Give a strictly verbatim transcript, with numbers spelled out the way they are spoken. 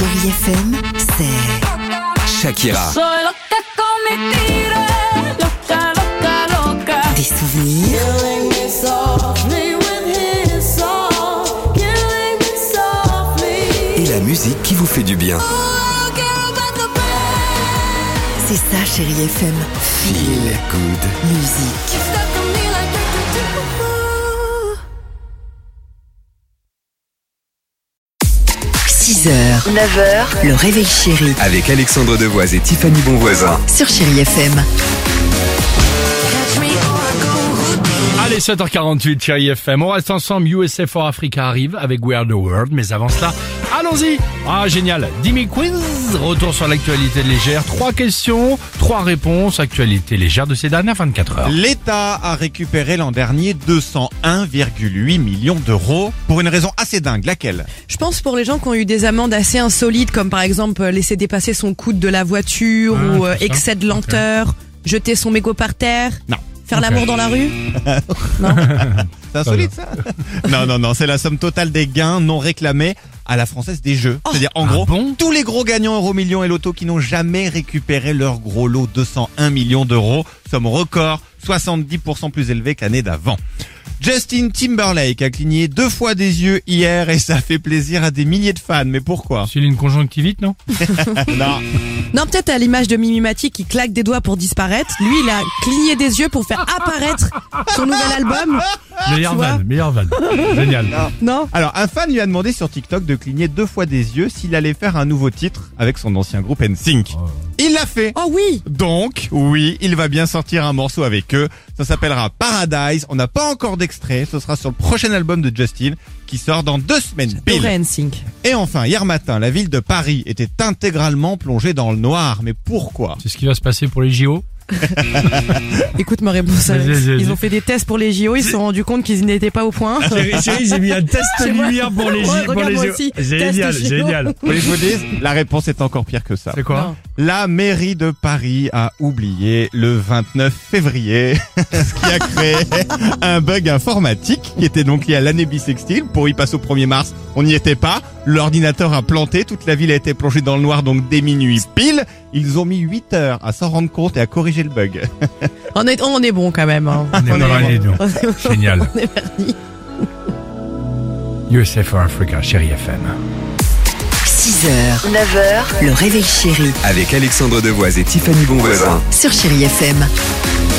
Chérie F M, c'est Shakira. Soy loca con mi tigre, loca, loca, loca. des souvenirs, Killing me softly with his song, killing me softly. Et la musique qui vous fait du bien. Oh, I don't care about the bad. c'est ça Chérie F M. Feel good. Musique. You stuck on me like do, do, do. six heures, neuf heures, le réveil chéri Avec Alexandre Devoise et Tiffany Bonvoisin. sur Chérie F M. Catch me or I go. Allez, sept heures quarante-huit, Chérie F M. On reste ensemble. U S A for Africa arrive avec We Are the World. Mais avant cela, allons-y. Ah, génial. Dimi Quiz. Retour sur l'actualité légère. Trois questions, trois réponses. Actualité légère de ces dernières vingt-quatre heures. L'État a récupéré l'an dernier deux cent un virgule huit millions d'euros pour une raison assez dingue. Laquelle? Je pense pour les gens qui ont eu des amendes assez insolites, comme par exemple euh, laisser dépasser son coude de la voiture Ah, ou euh, c'est ça. excès de lenteur, jeter son mégot par terre, Non. faire Ok. l'amour dans la rue. Non. C'est insolite ça? Non, non, non, c'est la somme totale des gains non réclamés à la Française des Jeux. C'est-à-dire en Ah gros, bon tous les gros gagnants Euromillions et Loto qui n'ont jamais récupéré leur gros lot deux cent un millions d'euros. Somme record, soixante-dix pour cent plus élevée que l'année d'avant. Justin Timberlake a cligné deux fois des yeux hier et ça fait plaisir à des milliers de fans. Mais pourquoi? C'est une conjonctivite, non? Non. Non, peut-être à l'image de Mimi Mati qui claque des doigts pour disparaître. Lui, il a cligné des yeux pour faire apparaître son nouvel album. Meilleure Tu vois vanne, meilleure vanne. Génial. Non. Alors, un fan lui a demandé sur TikTok de cligner deux fois des yeux s'il allait faire un nouveau titre avec son ancien groupe N Sync. Oh. Il l'a fait. Oh oui. Donc, oui, il va bien sortir un morceau avec eux. Ça s'appellera Paradise. On n'a pas encore d'extrait. Ce sera sur le prochain album de Justin qui sort dans deux semaines pile. J'adorais N Sync. Et enfin, hier matin, la ville de Paris était intégralement plongée dans le noir. Mais pourquoi? C'est ce qui va se passer pour les J O. Écoute ma réponse, Vas-y, Alex. vas-y, vas-y. Ils ont fait des tests pour les J O, ils se sont rendus compte qu'ils n'étaient pas au point. Chérie, j'ai mis un test C'est vrai. lumière pour les Ouais, J O. regarde moi aussi. Génial, Test J O. génial. Vous voulez que je vous dise? La réponse est encore pire que ça. C'est quoi? Non. La mairie de Paris a oublié le vingt-neuf février, ce qui a créé un bug informatique qui était donc lié à l'année bissextile. Pour y passer au premier mars, on n'y était pas. L'ordinateur a planté, toute la ville a été plongée dans le noir, donc dès minuit pile. Ils ont mis huit heures à s'en rendre compte et à corriger le bug. On est, on est bon quand même. Hein. On est On pas mal, bon. les deux. On est bon. Génial. On est vernis. U S A for Africa, Chérie F M. six heures, neuf heures, le réveil chéri Avec Alexandre Devoise et Tiffany Bonvoisin. sur Chérie F M.